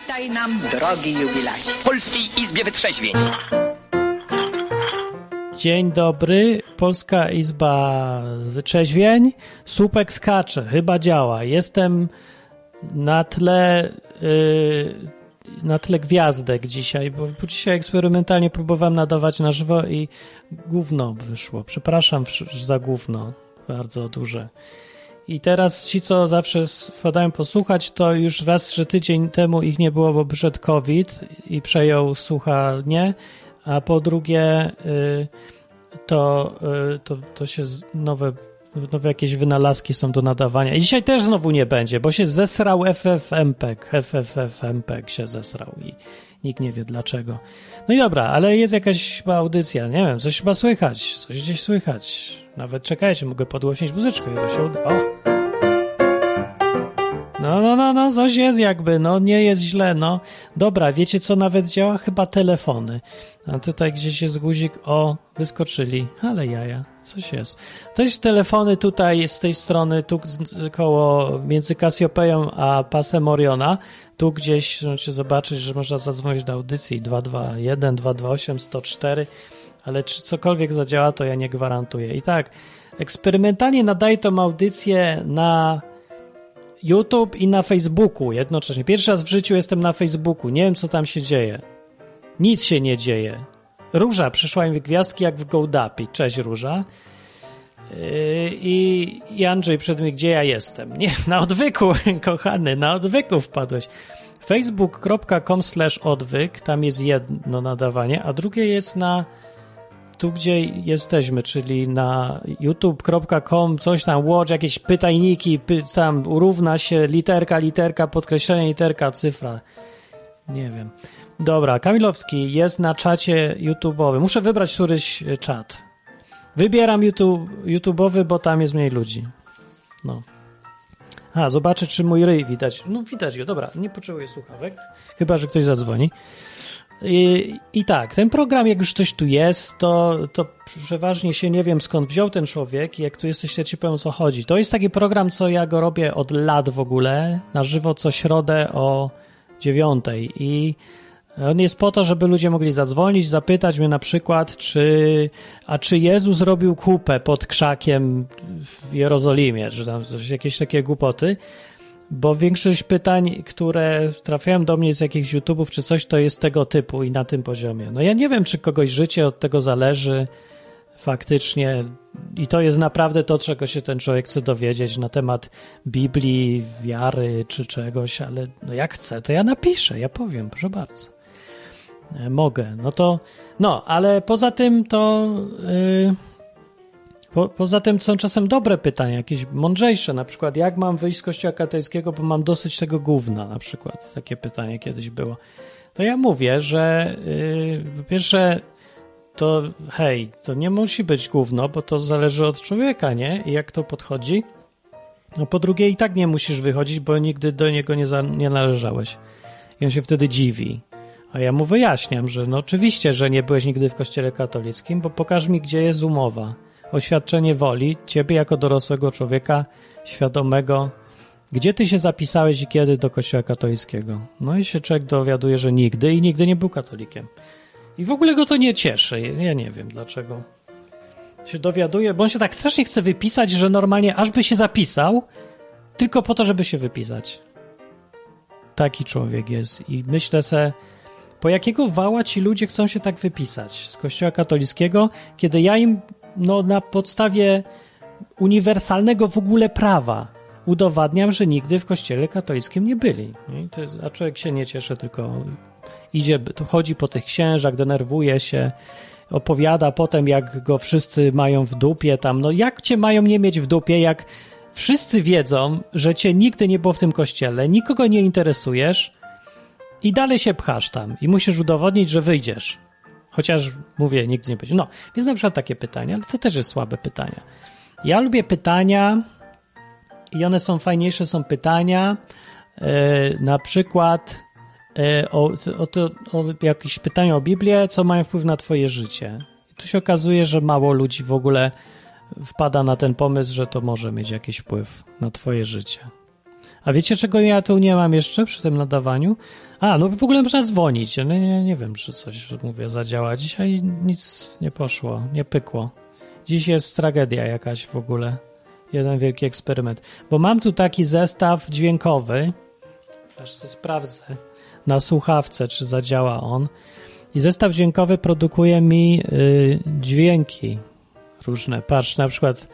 Witaj nam, drogi jubilacie. W Polskiej Izbie Wytrzeźwień. Dzień dobry, Polska Izba Wytrzeźwień. Słupek skacze, chyba działa. Jestem na tle gwiazdek dzisiaj, bo dzisiaj eksperymentalnie próbowałem nadawać na żywo i gówno wyszło. Przepraszam za gówno, bardzo duże. I teraz ci, co zawsze wpadają posłuchać, to już raz, że tydzień temu ich nie było, bo przyszedł COVID i przejął słuchanie, a po drugie to się nowe jakieś wynalazki są do nadawania. I dzisiaj też znowu nie będzie, bo się zesrał FFmpeg się zesrał i nikt nie wie dlaczego. No i dobra, ale jest jakaś chyba audycja, nie wiem, coś chyba słychać, coś gdzieś słychać. Nawet czekajcie, mogę podgłośnić muzyczkę, chyba się uda. O! No, coś jest jakby, no nie jest źle, no. Dobra, wiecie co nawet działa? Chyba telefony. A tutaj gdzieś jest guzik, o, wyskoczyli, ale jaja, coś jest. To jest telefony tutaj z tej strony, tu koło między Cassiopeią a pasem Oriona. Tu gdzieś możecie zobaczyć, że można zadzwonić do audycji 221, 228, 104, ale czy cokolwiek zadziała, to ja nie gwarantuję. I tak, eksperymentalnie nadaję tą audycję na YouTube i na Facebooku jednocześnie. Pierwszy raz w życiu jestem na Facebooku. Nie wiem, co tam się dzieje. Nic się nie dzieje. Róża przyszła mi w gwiazdki jak w Gołdapi. Cześć, Róża. I Andrzej przed mnie, gdzie ja jestem? Nie, na odwyku, kochany, na odwyku wpadłeś. facebook.com/odwyk, tam jest jedno nadawanie, a drugie jest na tu, gdzie jesteśmy, czyli na youtube.com, coś tam, watch, jakieś pytajniki, tam równa się literka, podkreślenie, literka, cyfra. Nie wiem. Dobra, Kamilowski jest na czacie YouTube'owym. Muszę wybrać któryś czat. Wybieram YouTube'owy, bo tam jest mniej ludzi. No. Zobaczę, czy mój ryj widać. No, widać go, dobra, nie potrzebuję słuchawek, chyba że ktoś zadzwoni. I tak, ten program, jak już ktoś tu jest, to przeważnie się nie wiem skąd wziął ten człowiek i jak tu jesteś, to ci powiem o co chodzi. To jest taki program, co ja go robię od lat w ogóle, na żywo co środę o 9:00 i on jest po to, żeby ludzie mogli zadzwonić, zapytać mnie na przykład, czy Jezus zrobił kupę pod krzakiem w Jerozolimie, czy tam jakieś takie głupoty. Bo większość pytań, które trafiają do mnie z jakichś YouTube'ów czy coś, to jest tego typu i na tym poziomie. No ja nie wiem, czy kogoś życie od tego zależy faktycznie i to jest naprawdę to, czego się ten człowiek chce dowiedzieć na temat Biblii, wiary czy czegoś, ale no jak chce, to ja napiszę, ja powiem, proszę bardzo. Mogę, ale poza tym to... Poza tym są czasem dobre pytania, jakieś mądrzejsze, na przykład jak mam wyjść z kościoła katolickiego, bo mam dosyć tego gówna, na przykład takie pytanie kiedyś było. To ja mówię, że po pierwsze to to nie musi być gówno, bo to zależy od człowieka, nie? I jak to podchodzi. No po drugie i tak nie musisz wychodzić, bo nigdy do niego nie należałeś. I on się wtedy dziwi. A ja mu wyjaśniam, że no oczywiście, że nie byłeś nigdy w kościele katolickim, bo pokaż mi, gdzie jest umowa. Oświadczenie woli, ciebie jako dorosłego człowieka, świadomego, gdzie ty się zapisałeś i kiedy do kościoła katolickiego. No i się człowiek dowiaduje, że nigdy i nigdy nie był katolikiem. I w ogóle go to nie cieszy. Ja nie wiem dlaczego. Się dowiaduje, bo on się tak strasznie chce wypisać, że normalnie aż by się zapisał, tylko po to, żeby się wypisać. Taki człowiek jest. I myślę se, po jakiego wała ci ludzie chcą się tak wypisać z kościoła katolickiego, kiedy ja im na podstawie uniwersalnego w ogóle prawa udowadniam, że nigdy w kościele katolickim nie byli. A człowiek się nie cieszy, tylko idzie, chodzi po tych księżach, denerwuje się, opowiada potem, jak go wszyscy mają w dupie tam. No jak cię mają nie mieć w dupie, jak wszyscy wiedzą, że cię nigdy nie było w tym kościele, nikogo nie interesujesz i dalej się pchasz tam i musisz udowodnić, że wyjdziesz. Chociaż, mówię, nigdy nie będzie. No, więc na przykład takie pytania, ale to też jest słabe pytania. Ja lubię pytania i one są fajniejsze, są pytania na przykład o jakieś pytania o Biblię, co mają wpływ na twoje życie. I tu się okazuje, że mało ludzi w ogóle wpada na ten pomysł, że to może mieć jakiś wpływ na twoje życie. A wiecie, czego ja tu nie mam jeszcze przy tym nadawaniu? No w ogóle można dzwonić. Nie wiem, czy coś, mówię, zadziała. Dzisiaj nic nie poszło, nie pykło. Dziś jest tragedia jakaś w ogóle. Jeden wielki eksperyment. Bo mam tu taki zestaw dźwiękowy. Aż sobie sprawdzę na słuchawce, czy zadziała on. I zestaw dźwiękowy produkuje mi dźwięki różne. Patrz, na przykład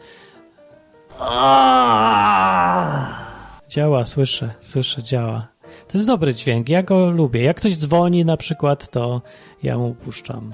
działa, słyszę, działa. To jest dobry dźwięk, ja go lubię. Jak ktoś dzwoni na przykład, to ja mu puszczam.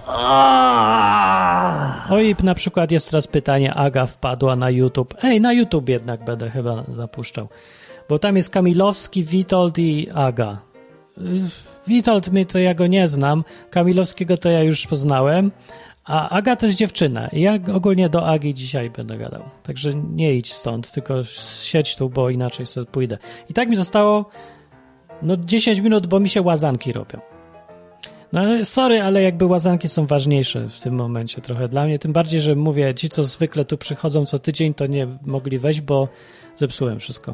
Oj, na przykład jest teraz pytanie, Aga wpadła na YouTube. Na YouTube jednak będę chyba zapuszczał. Bo tam jest Kamilowski, Witold i Aga. Witold to ja go nie znam, Kamilowskiego to ja już poznałem, a Aga to jest dziewczyna. Ja ogólnie do Agi dzisiaj będę gadał. Także nie idź stąd, tylko siedź tu, bo inaczej sobie pójdę. I tak mi zostało 10 minut, bo mi się łazanki robią. No ale sorry, ale jakby łazanki są ważniejsze w tym momencie trochę dla mnie, tym bardziej, że mówię, ci co zwykle tu przychodzą co tydzień, to nie mogli wejść, bo zepsułem wszystko.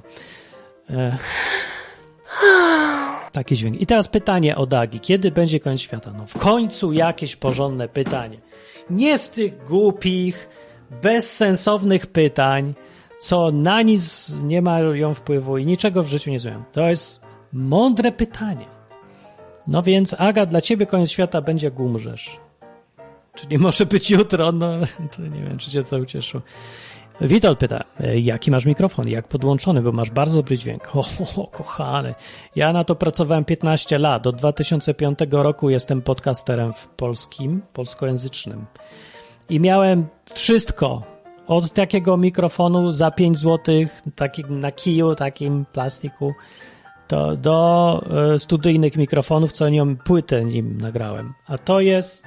Taki dźwięk. I teraz pytanie od Agi. Kiedy będzie koniec świata? No w końcu jakieś porządne pytanie. Nie z tych głupich, bezsensownych pytań, co na nic nie mają wpływu i niczego w życiu nie zmienią. To jest mądre pytanie. No więc Aga, dla ciebie koniec świata będzie jak umrzesz. Czyli może być jutro, to nie wiem, czy cię to ucieszyło. Witold pyta, jaki masz mikrofon, jak podłączony, bo masz bardzo dobry dźwięk. Kochany, ja na to pracowałem 15 lat, od 2005 roku jestem podcasterem w polskojęzycznym i miałem wszystko, od takiego mikrofonu za 5 zł, na kiju, takim plastiku, do studyjnych mikrofonów, co nią płytę nim nagrałem, a to jest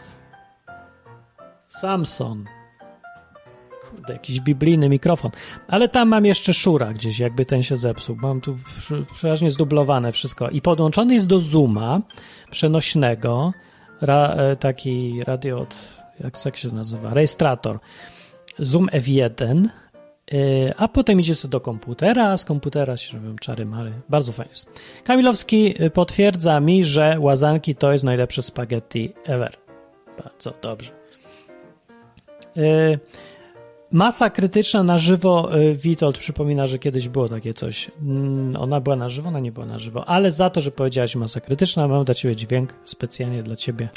Samson. Jakiś biblijny mikrofon. Ale tam mam jeszcze Shura gdzieś, jakby ten się zepsuł. Mam tu przeważnie zdublowane wszystko. I podłączony jest do Zooma przenośnego, taki radiot, jak się nazywa, rejestrator. Zoom F1, a potem idzie sobie do komputera, a z komputera się robią czary-mary. Bardzo fajnie jest. Kamilowski potwierdza mi, że łazanki to jest najlepsze spaghetti ever. Bardzo dobrze. Masa krytyczna na żywo. Witold przypomina, że kiedyś było takie coś. Ona była na żywo? Ona nie była na żywo. Ale za to, że powiedziałaś masa krytyczna, mam dla ciebie dźwięk specjalnie dla ciebie.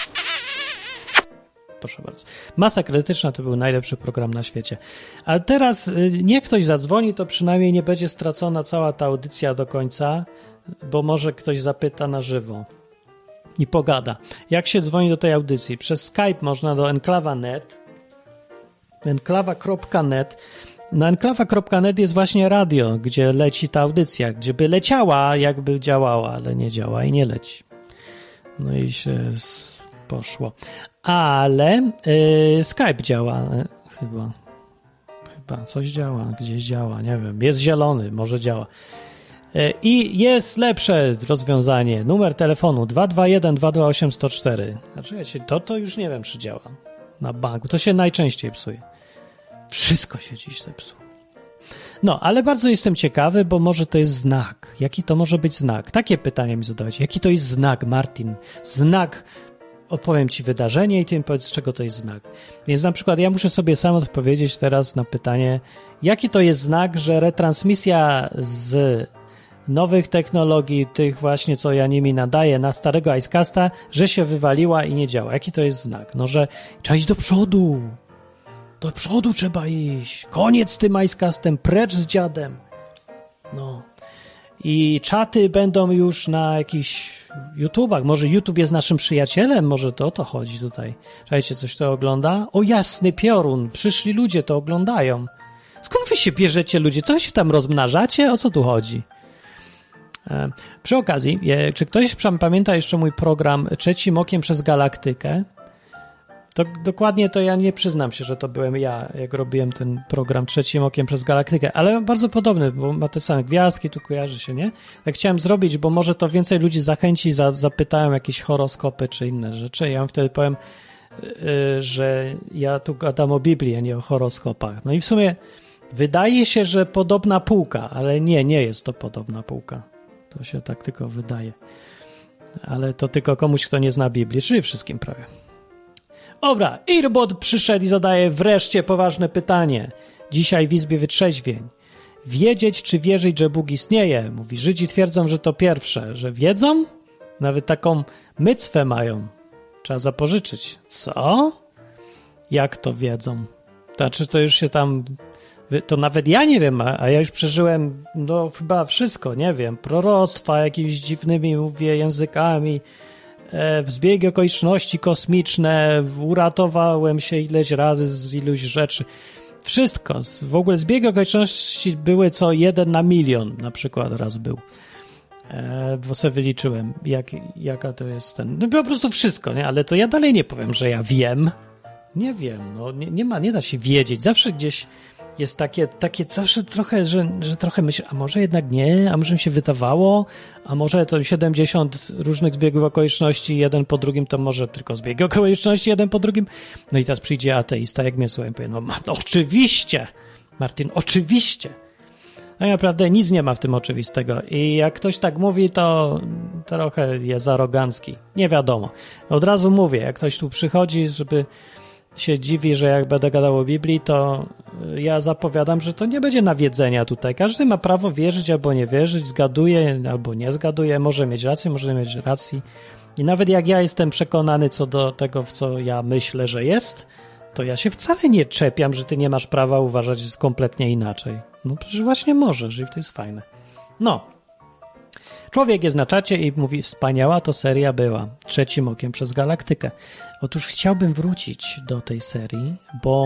Proszę bardzo. Masa krytyczna to był najlepszy program na świecie. Ale teraz niech ktoś zadzwoni, to przynajmniej nie będzie stracona cała ta audycja do końca, bo może ktoś zapyta na żywo i pogada. Jak się dzwoni do tej audycji? Przez Skype można do enklawa.net, enklawa.net. Na enklawa.net jest właśnie radio, gdzie leci ta audycja, gdzie by leciała, jakby działała, ale nie działa i nie leci. No i się poszło. Ale Skype działa chyba coś działa, gdzieś działa, nie wiem, jest zielony, może działa. I jest lepsze rozwiązanie, numer telefonu 221-228-104. Znaczy, to już nie wiem, czy działa na banku, to się najczęściej psuje. Wszystko się dziś zepsuło. No, ale bardzo jestem ciekawy, bo może to jest znak. Jaki to może być znak? Takie pytania mi zadawajcie. Jaki to jest znak, Martin? Znak, opowiem ci wydarzenie i ty mi powiedz, z czego to jest znak. Więc na przykład ja muszę sobie sam odpowiedzieć teraz na pytanie, jaki to jest znak, że retransmisja z nowych technologii, tych właśnie, co ja nimi nadaję, na starego Icecasta, że się wywaliła i nie działa. Jaki to jest znak? No, że trzeba iść do przodu. Do przodu trzeba iść. Koniec z tym Icecastem, precz z dziadem. No. I czaty będą już na jakichś YouTubach. Może YouTube jest naszym przyjacielem? Może to o to chodzi tutaj. Słuchajcie, coś to ogląda? O jasny piorun, przyszli ludzie to oglądają. Skąd wy się bierzecie, ludzie? Co wy się tam rozmnażacie? O co tu chodzi? Przy okazji, czy ktoś pamięta jeszcze mój program Trzecim Okiem przez Galaktykę? To dokładnie to ja nie przyznam się, że to byłem ja, jak robiłem ten program Trzecim Okiem przez Galaktykę, ale bardzo podobny, bo ma te same gwiazdki, tu kojarzy się, nie? Tak chciałem zrobić, bo może to więcej ludzi zachęci, zapytają jakieś horoskopy czy inne rzeczy. Ja wtedy powiem, że ja tu gadam o Biblii, a nie o horoskopach. No i w sumie Wydaje się, że podobna półka, ale nie jest to podobna półka. To się tak tylko wydaje. Ale to tylko komuś, kto nie zna Biblii, czyli wszystkim prawie. Dobra, Irbot przyszedł i zadaje wreszcie poważne pytanie. Dzisiaj w Izbie Wytrzeźwień. Wiedzieć czy wierzyć, że Bóg istnieje? Mówi, Żydzi twierdzą, że to pierwsze. Że wiedzą? Nawet taką mycwę mają. Trzeba zapożyczyć. Co? Jak to wiedzą? Znaczy to już się tam... To nawet ja nie wiem, a ja już przeżyłem no chyba wszystko, nie wiem. Proroctwa jakimiś dziwnymi, mówię, językami, zbiegi okoliczności kosmiczne, uratowałem się ileś razy z iluś rzeczy. Wszystko. W ogóle zbiegi okoliczności były co 1 na 1 000 000 na przykład raz był. Bo sobie wyliczyłem, jaka to jest ten... No po prostu wszystko, nie? Ale to ja dalej nie powiem, że ja wiem. Nie wiem, no nie da się wiedzieć. Zawsze gdzieś jest takie zawsze trochę, że trochę myślę, a może jednak nie, a może mi się wydawało, a może to 70 różnych zbiegów okoliczności, jeden po drugim, to może tylko zbiegi okoliczności, jeden po drugim. No i teraz przyjdzie ateista, jak mnie słucha i powie, no oczywiście, Martin, oczywiście. No i naprawdę nic nie ma w tym oczywistego i jak ktoś tak mówi, to trochę jest arogancki. Nie wiadomo. Od razu mówię, jak ktoś tu przychodzi, żeby się dziwi, że jak będę gadał o Biblii, to ja zapowiadam, że to nie będzie nawiedzenia tutaj. Każdy ma prawo wierzyć albo nie wierzyć, zgaduje albo nie zgaduje, może mieć rację, może nie mieć racji. I nawet jak ja jestem przekonany co do tego, w co ja myślę, że jest, to ja się wcale nie czepiam, że ty nie masz prawa uważać, że jest kompletnie inaczej. No przecież właśnie możesz i to jest fajne. No. Człowiek jest na czacie i mówi, wspaniała to seria była. Trzecim okiem przez galaktykę. Otóż chciałbym wrócić do tej serii, bo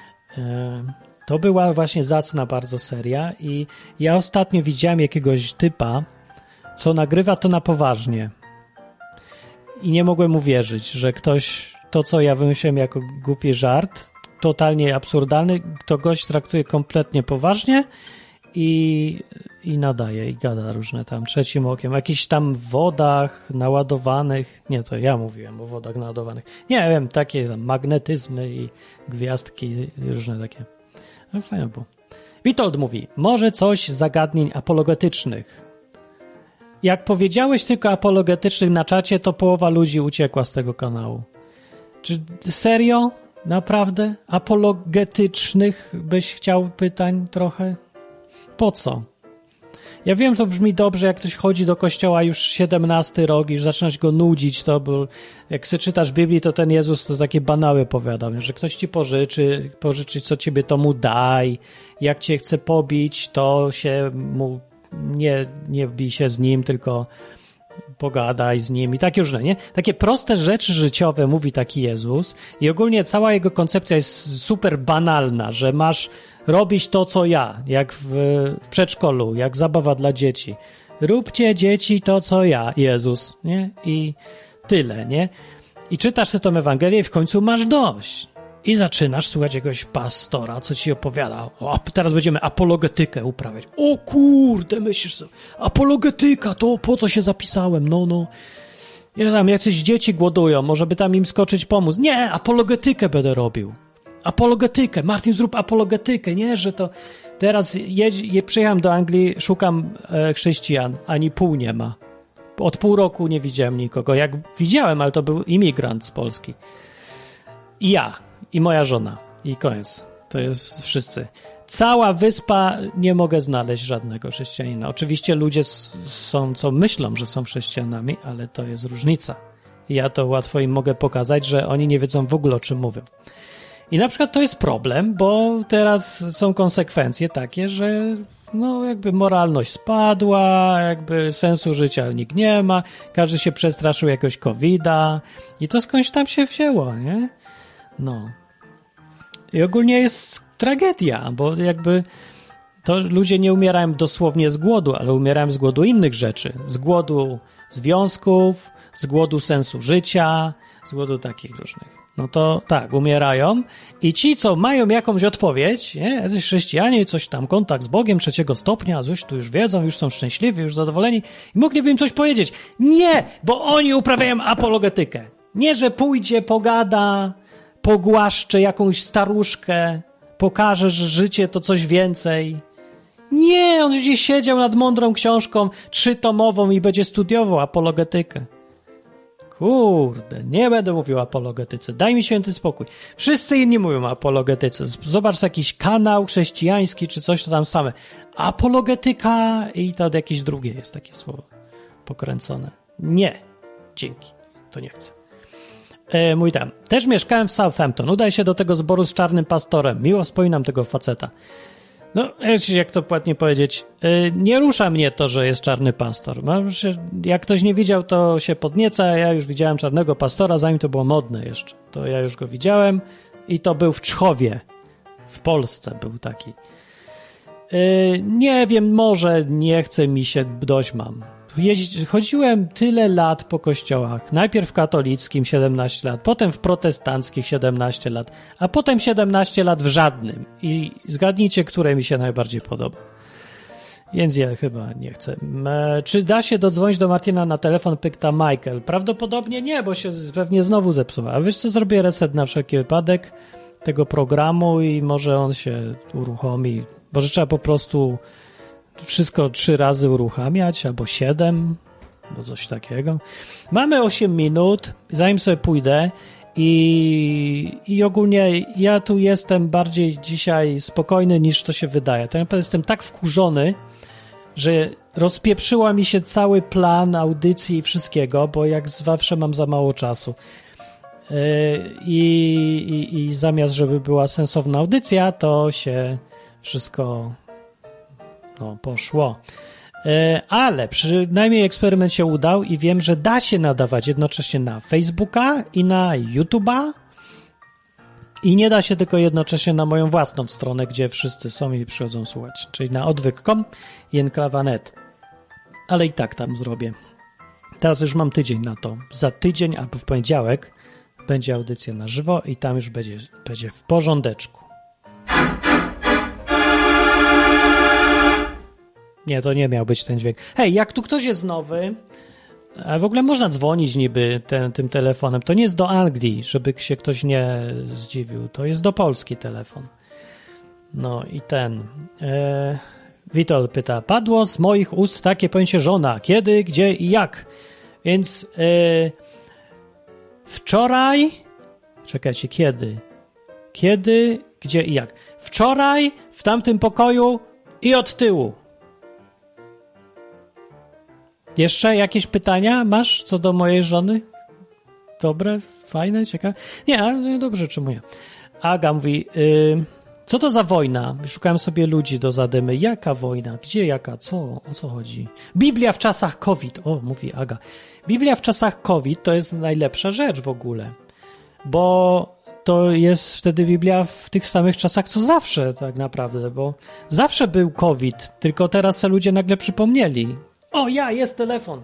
to była właśnie zacna bardzo seria i ja ostatnio widziałem jakiegoś typa, co nagrywa to na poważnie. I nie mogłem uwierzyć, że ktoś, to co ja wymyśliłem jako głupi żart, totalnie absurdalny, to gość traktuje kompletnie poważnie i nadaje i gada różne tam trzecim okiem, jakichś tam wodach naładowanych, nie, to ja mówiłem o wodach naładowanych, nie wiem, takie tam magnetyzmy i gwiazdki różne takie. No fajnie było. Witold mówi, może coś z zagadnień apologetycznych. Jak powiedziałeś tylko apologetycznych na czacie, to połowa ludzi uciekła z tego kanału. Czy serio? Naprawdę? Apologetycznych byś chciał pytań trochę? Po co? Ja wiem, to brzmi dobrze, jak ktoś chodzi do kościoła już 17 rok i już zaczynasz go nudzić, to bo jak sobie czytasz Biblii, to ten Jezus to takie banały powiadał, że ktoś ci pożyczyć, co ciebie, to mu daj. Jak cię chce pobić, to się mu nie bij się z nim, tylko pogadaj z nim i takie różne, nie? Takie proste rzeczy życiowe mówi taki Jezus i ogólnie cała jego koncepcja jest super banalna, że masz robić to, co ja, jak w przedszkolu, jak zabawa dla dzieci. Róbcie dzieci to, co ja, Jezus, nie? I tyle, nie? I czytasz tę Ewangelię i w końcu masz dość. I zaczynasz słuchać jakiegoś pastora, co ci opowiada. O, teraz będziemy apologetykę uprawiać. O kurde, myślisz sobie, apologetyka, to po co się zapisałem? No. Ja tam jacyś dzieci głodują, może by tam im skoczyć pomóc. Nie, apologetykę będę robił. Apologetykę. Martin, zrób apologetykę, nie? Że to teraz przyjechałem do Anglii, szukam chrześcijan, ani pół nie ma. Od pół roku nie widziałem nikogo. Jak widziałem, ale to był imigrant z Polski. I ja. I moja żona. I koniec. To jest wszyscy. Cała wyspa, nie mogę znaleźć żadnego chrześcijanina. Oczywiście ludzie są, co myślą, że są chrześcijanami, ale to jest różnica. I ja to łatwo im mogę pokazać, że oni nie wiedzą w ogóle, o czym mówią. I na przykład to jest problem, bo teraz są konsekwencje takie, że no jakby moralność spadła, jakby sensu życia nikt nie ma, każdy się przestraszył jakiegoś COVID-a i to skądś tam się wzięło, nie? No. I ogólnie jest tragedia, bo jakby to ludzie nie umierają dosłownie z głodu, ale umierają z głodu innych rzeczy. Z głodu związków, z głodu sensu życia, z głodu takich różnych. No to tak, umierają i ci, co mają jakąś odpowiedź, nie? Jacyś chrześcijanie, coś tam, kontakt z Bogiem 3. stopnia, coś tu już wiedzą, już są szczęśliwi, już zadowoleni i mogliby im coś powiedzieć. Nie, bo oni uprawiają apologetykę. Nie, że pójdzie, pogada, pogłaszcze jakąś staruszkę, pokaże, że życie to coś więcej. Nie, on gdzieś siedział nad mądrą książką 3-tomową i będzie studiował apologetykę. Kurde, nie będę mówił o apologetyce. Daj mi święty spokój. Wszyscy inni mówią o apologetyce. Zobacz jakiś kanał chrześcijański czy coś to tam same. Apologetyka i to jakieś drugie jest takie słowo pokręcone. Nie, dzięki. To nie chcę. Mój tam. Też mieszkałem w Southampton. Udaj się do tego zboru z czarnym pastorem. Miło wspominam tego faceta. No, jak to ładnie powiedzieć, nie rusza mnie to, że jest czarny pastor. Jak ktoś nie widział, to się podnieca. Ja już widziałem czarnego pastora, zanim to było modne jeszcze. To ja już go widziałem i to był w Czchowie. W Polsce był taki. Nie wiem, może nie chce mi się, dość mam. Chodziłem tyle lat po kościołach. Najpierw w katolickim 17 lat, potem w protestanckich 17 lat, a potem 17 lat w żadnym. I zgadnijcie, które mi się najbardziej podoba. Więc ja chyba nie chcę. Czy da się dodzwonić do Martina na telefon? Pyta Michael. Prawdopodobnie nie, bo się pewnie znowu zepsuła. A wiesz co, zrobię reset na wszelki wypadek tego programu i może on się uruchomi. Może trzeba po prostu wszystko 3 razy uruchamiać, albo 7, albo coś takiego. Mamy 8 minut, zanim sobie pójdę i ogólnie ja tu jestem bardziej dzisiaj spokojny niż to się wydaje. To ja jestem tak wkurzony, że rozpieprzyła mi się cały plan audycji i wszystkiego, bo jak zawsze mam za mało czasu. I zamiast, żeby była sensowna audycja, to się wszystko poszło. Ale przynajmniej eksperyment się udał i wiem, że da się nadawać jednocześnie na Facebooka i na YouTube'a i nie da się tylko jednocześnie na moją własną stronę, gdzie wszyscy są i przychodzą słuchać, czyli na odwyk.com i enklawa.net. Ale i tak tam zrobię. Teraz już mam tydzień na to. Za tydzień albo w poniedziałek będzie audycja na żywo i tam już będzie w porządeczku. Nie, to nie miał być ten dźwięk. Hej, jak tu ktoś jest nowy, a w ogóle można dzwonić niby tym telefonem. To nie jest do Anglii, żeby się ktoś nie zdziwił. To jest do Polski telefon. No i Witold pyta, padło z moich ust takie pojęcie żona. Kiedy, gdzie i jak? Więc wczoraj... Czekajcie, kiedy? Kiedy, gdzie i jak? Wczoraj w tamtym pokoju i od tyłu. Jeszcze jakieś pytania masz co do mojej żony? Dobre, fajne, ciekawe? Nie, ale dobrze, czemu nie? Aga mówi, co to za wojna? Szukałem sobie ludzi do zadymy. Jaka wojna? Gdzie jaka? Co? O co chodzi? Biblia w czasach COVID. O, mówi Aga. Biblia w czasach COVID to jest najlepsza rzecz w ogóle. Bo to jest wtedy Biblia w tych samych czasach, co zawsze tak naprawdę. Bo zawsze był COVID, tylko teraz se ludzie nagle przypomnieli. O, jest telefon.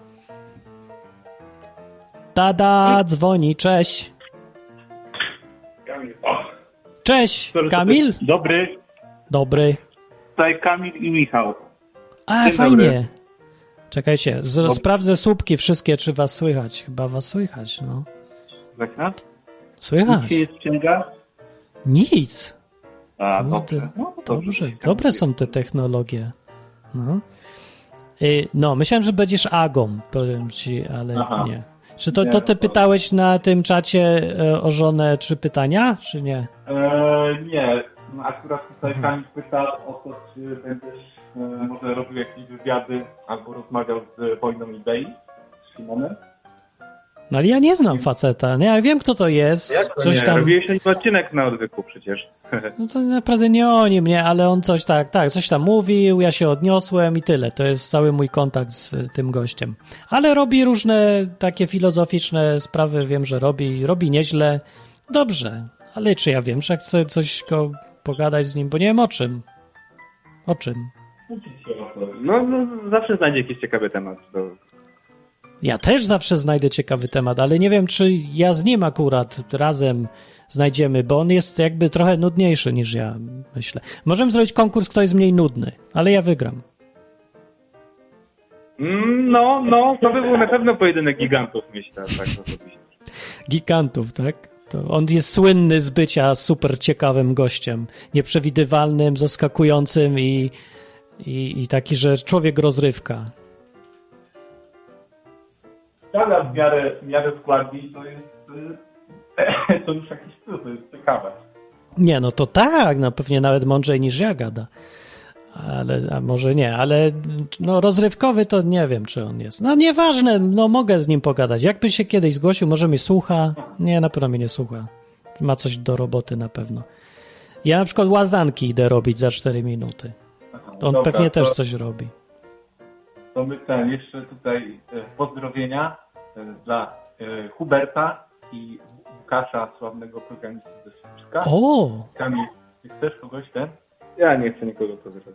Tada, dzwoni, cześć. Kamil. Cześć, Kamil? Dobry. Tutaj Kamil i Michał. Dzień fajnie. Dobry. Czekajcie, sprawdzę słupki wszystkie, czy was słychać. Chyba was słychać, no. Słychać? Słychać. Nic się nie ściąga? Nic. A, dobrze. Dobrze. Dobre są te technologie. No, myślałem, że będziesz Agą, powiem ci, ale nie. Czy to ty pytałeś na tym czacie o żonę 3 pytania, czy nie? Nie. Akurat tutaj Kamil pytał o to, czy będziesz może robił jakieś wywiady albo rozmawiał z Wojną Idei, z Simonem. No ale ja nie znam faceta, nie? Ja wiem, kto to jest. Jak to coś nie? Tam... Robiłeś ten odcinek na odwyku przecież. No to naprawdę nie o nim, nie? Ale on coś coś tam mówił, ja się odniosłem i tyle. To jest cały mój kontakt z tym gościem. Ale robi różne takie filozoficzne sprawy, wiem, że robi nieźle. Dobrze, ale czy ja wiem, że chcę coś pogadać z nim, bo nie wiem o czym. O czym? No zawsze znajdzie jakiś ciekawy temat. Ja też zawsze znajdę ciekawy temat, ale nie wiem, czy ja z nim akurat razem znajdziemy, bo on jest jakby trochę nudniejszy niż ja, myślę. Możemy zrobić konkurs, kto jest mniej nudny, ale ja wygram. No, to by był na pewno pojedynek gigantów, myślę. Tak, Gigantów, tak? To on jest słynny z bycia super ciekawym gościem, nieprzewidywalnym, zaskakującym i taki, że człowiek rozrywka. Gada w miarę składnie i to jest to już jakiś cud, to jest ciekawe. Nie, no to tak, no pewnie nawet mądrzej niż ja gada. A może nie, ale no rozrywkowy to nie wiem, czy on jest. No nieważne, no mogę z nim pogadać. Jakby się kiedyś zgłosił, może mnie słucha? Nie, na pewno mnie nie słucha. Ma coś do roboty na pewno. Ja na przykład łazanki idę robić za 4 minuty. On Dobra, pewnie też coś robi. To my jeszcze tutaj pozdrowienia dla Huberta i Łukasza, sławnego programisty ze Świeczka. O! Kamil, czy chcesz kogoś ten? Ja nie chcę nikogo pozdrowić.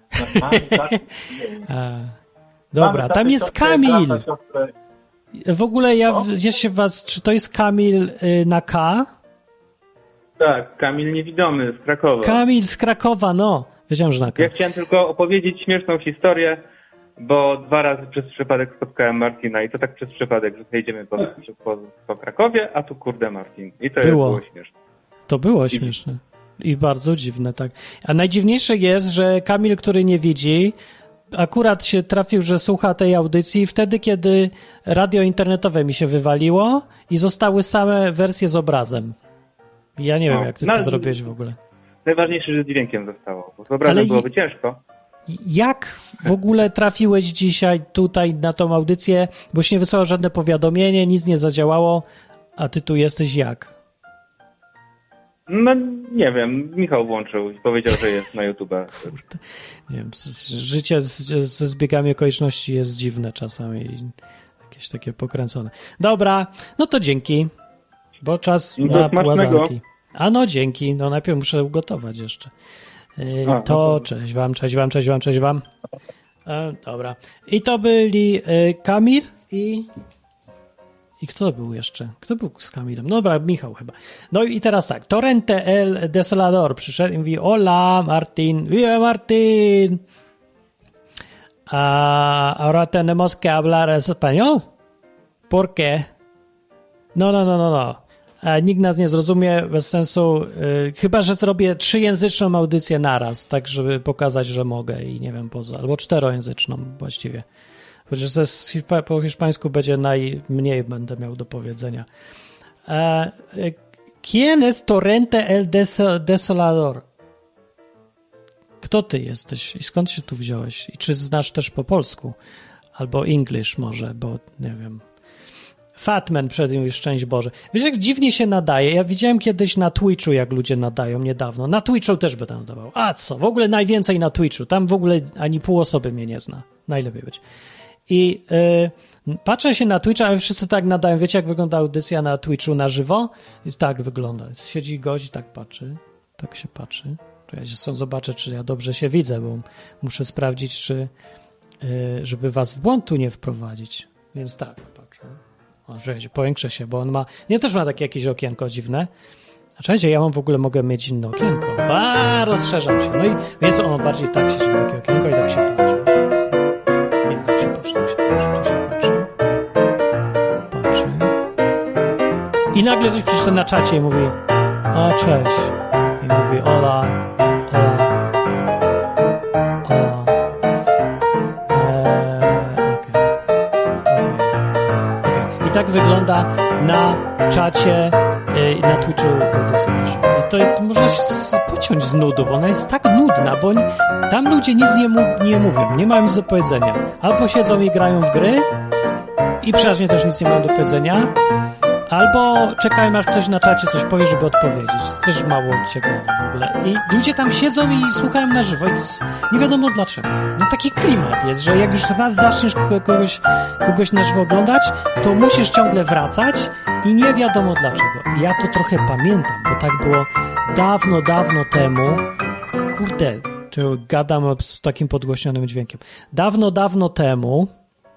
Dobra, tam jest Kamil. W ogóle ja się czy to jest Kamil na K? Tak, Kamil Niewidomy z Krakowa. Kamil z Krakowa, no. Wiedziałem, że na K. Ja chciałem tylko opowiedzieć śmieszną historię, bo 2 razy przez przypadek spotkałem Martina i to tak przez przypadek, że jedziemy po Krakowie, a tu kurde Martin. I to było śmieszne. To było śmieszne. I bardzo dziwne, tak. A najdziwniejsze jest, że Kamil, który nie widzi, akurat się trafił, że słucha tej audycji wtedy, kiedy radio internetowe mi się wywaliło i zostały same wersje z obrazem. Ja nie wiem, jak ty to zrobiłeś w ogóle. Najważniejsze, że z dźwiękiem zostało, bo z obrazem byłoby ciężko. Jak w ogóle trafiłeś dzisiaj tutaj na tą audycję, boś nie wysłał żadne powiadomienie, nic nie zadziałało, a ty tu jesteś jak? No nie wiem, Michał włączył i powiedział, że jest na YouTube. Kurde, nie wiem, życie ze zbiegami okoliczności jest dziwne czasami, jakieś takie pokręcone. Dobra, no to dzięki, bo czas na łazanki. A no dzięki, no najpierw muszę ugotować jeszcze. To cześć wam. Dobra. I to byli Kamil i kto był jeszcze? Kto był z Kamilem? No dobra, Michał chyba. No i teraz tak. Torrente el Desolador przyszedł i mówi: Hola, Martín. Viva Martín. Ahora tenemos que hablar español. ¿Por qué? No. Nikt nas nie zrozumie, bez sensu. Chyba że zrobię 3-języczną audycję naraz, tak żeby pokazać, że mogę i nie wiem poza. Albo 4-języczną właściwie. Chociaż po hiszpańsku będzie najmniej będę miał do powiedzenia. ¿Quién es Torrente el Desolador? Kto ty jesteś i skąd się tu wziąłeś? I czy znasz też po polsku? Albo English może, bo nie wiem. Fatman przed nim szczęść Boże. Wiesz, jak dziwnie się nadaje? Ja widziałem kiedyś na Twitchu, jak ludzie nadają niedawno. Na Twitchu też by tam nadawał. A co? W ogóle najwięcej na Twitchu. Tam w ogóle ani pół osoby mnie nie zna. Najlepiej być. I patrzę się na Twitcha, a wszyscy tak nadają. Wiecie, jak wygląda audycja na Twitchu na żywo? I tak wygląda. Siedzi gość i tak patrzy. Tak się patrzy. Ja się zobaczę, czy ja dobrze się widzę, bo muszę sprawdzić, czy żeby was w błąd tu nie wprowadzić. Więc tak, patrzę. Powiększę się, bo on ma... Nie, też ma takie jakieś okienko dziwne. A czekajcie, ja mogę mieć inne okienko. Rozszerzam się. No i więc on bardziej tak się takie okienko i tak się patrzy. Nie, tak się patrzy. Patrzy. I nagle coś przeczyta na czacie i mówi: o, cześć. I mówi: hola. Tak wygląda na czacie i na Twitchu audycja. I to można się pociąć z nudów. Ona jest tak nudna, bo tam ludzie nic nie mówią, nie mają nic do powiedzenia. Albo siedzą i grają w gry i przeważnie też nic nie mają do powiedzenia, albo czekają, aż ktoś na czacie coś powie, żeby odpowiedzieć. Też mało ciekawe w ogóle. I ludzie tam siedzą i słuchają na żywo. I nie wiadomo dlaczego. No taki klimat jest, że jak już raz zaczniesz kogoś na żywo oglądać, to musisz ciągle wracać i nie wiadomo dlaczego. Ja to trochę pamiętam, bo tak było dawno temu. Kurde, to gadam z takim podgłośnionym dźwiękiem. Dawno temu.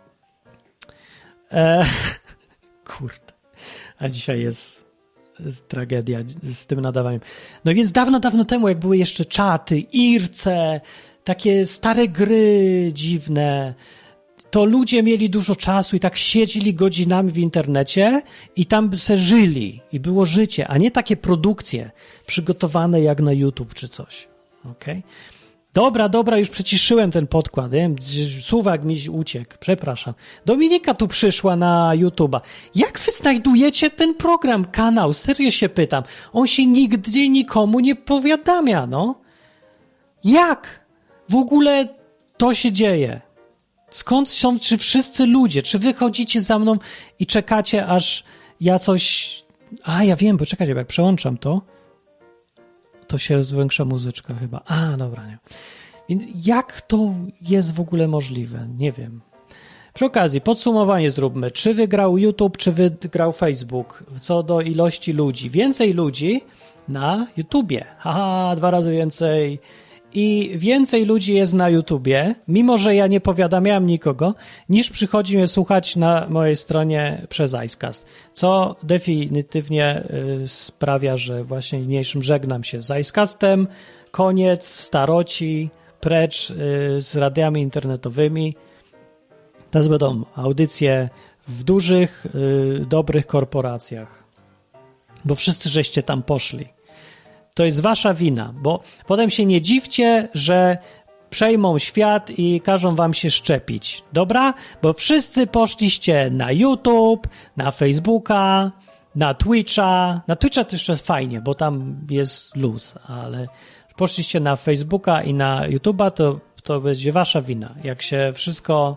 Kurde. A dzisiaj jest tragedia z tym nadawaniem. No więc dawno temu, jak były jeszcze czaty, IRC, takie stare gry dziwne, to ludzie mieli dużo czasu i tak siedzieli godzinami w internecie i tam se żyli i było życie, a nie takie produkcje przygotowane jak na YouTube czy coś. Okej? Dobra, już przyciszyłem ten podkład. Słówek mi uciekł, przepraszam. Dominika tu przyszła na YouTube'a. Jak wy znajdujecie ten program, kanał? Serio się pytam. On się nigdy nikomu nie powiadamia, no. Jak w ogóle to się dzieje? Skąd są, czy wszyscy ludzie, czy wy chodzicie za mną i czekacie, aż ja coś... ja wiem, poczekajcie, bo jak przełączam to się zwiększa muzyczka chyba. Dobra, nie. Więc jak to jest w ogóle możliwe? Nie wiem. Przy okazji, podsumowanie zróbmy. Czy wygrał YouTube, czy wygrał Facebook? Co do ilości ludzi. Więcej ludzi na YouTubie. 2 razy więcej. I więcej ludzi jest na YouTubie, mimo że ja nie powiadamiałem nikogo, niż przychodzi mnie słuchać na mojej stronie przez Icecast, co definitywnie sprawia, że właśnie niniejszym żegnam się z Icecastem, koniec, staroci, precz z radiami internetowymi. Teraz będą audycje w dużych, dobrych korporacjach, bo wszyscy żeście tam poszli. To jest wasza wina, bo potem się nie dziwcie, że przejmą świat i każą wam się szczepić. Dobra? Bo wszyscy poszliście na YouTube, na Facebooka, na Twitcha. Na Twitcha to jeszcze fajnie, bo tam jest luz, ale poszliście na Facebooka i na YouTube'a, to będzie wasza wina. Jak się wszystko...